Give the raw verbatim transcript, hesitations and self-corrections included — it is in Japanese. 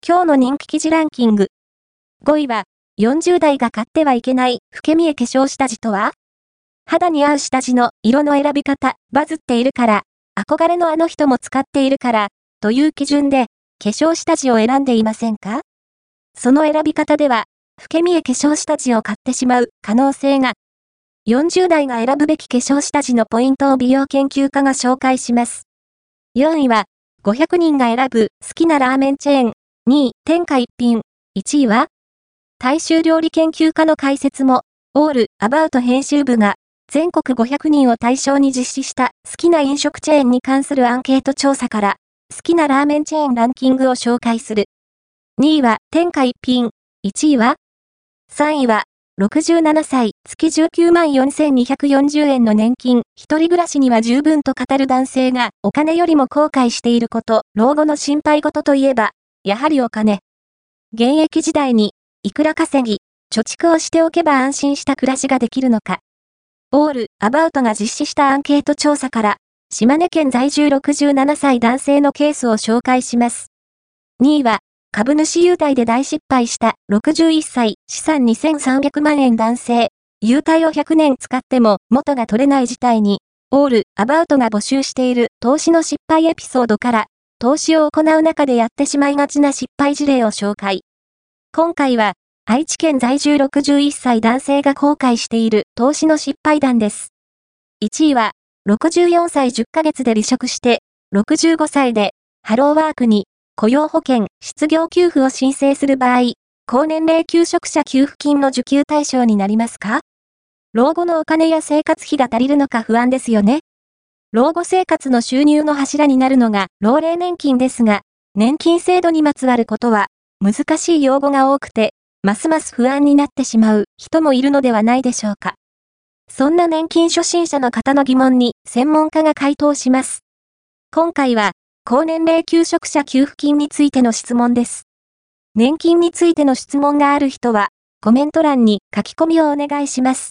今日の人気記事ランキング。ごいは、よんじゅう代が買ってはいけない、老け見え化粧下地とは？肌に合う下地の色の選び方、バズっているから、憧れのあの人も使っているから、という基準で、化粧下地を選んでいませんか？その選び方では、老け見え化粧下地を買ってしまう可能性が。よんじゅう代が選ぶべき化粧下地のポイントを美容研究家が紹介します。よんいは、ごひゃくにんが選ぶ好きなラーメンチェーン。にい、天下一品。いちいは大衆料理研究家の解説も、オールアバウト編集部が、全国ごひゃくにんを対象に実施した好きな飲食チェーンに関するアンケート調査から、好きなラーメンチェーンランキングを紹介する。にいは天下一品。いちいはさんいは、ろくじゅうななさい、月じゅうきゅうまんよんせんにひゃくよんじゅうえんの年金、一人暮らしには十分と語る男性がお金よりも後悔していること、老後の心配事といえば、やはりお金。現役時代に、いくら稼ぎ、貯蓄をしておけば安心した暮らしができるのか。オールアバウトが実施したアンケート調査から、島根県在住ろくじゅうななさい男性のケースを紹介します。にいは、株主優待で大失敗したろくじゅういっさい、資産にせんさんびゃくまんえん男性。優待をひゃくねん使っても元が取れない事態に、オールアバウトが募集している投資の失敗エピソードから、投資を行う中でやってしまいがちな失敗事例を紹介。今回は、愛知県在住ろくじゅういっさい男性が後悔している投資の失敗談です。いちいは、ろくじゅうよんさいじゅっかげつで離職して、ろくじゅうごさいで、ハローワークに、雇用保険、失業給付を申請する場合、高年齢求職者給付金の受給対象になりますか？老後のお金や生活費が足りるのか不安ですよね。老後生活の収入の柱になるのが老齢年金ですが、年金制度にまつわることは難しい用語が多くて、ますます不安になってしまう人もいるのではないでしょうか。そんな年金初心者の方の疑問に専門家が回答します。今回は、高年齢求職者給付金についての質問です。年金についての質問がある人は、コメント欄に書き込みをお願いします。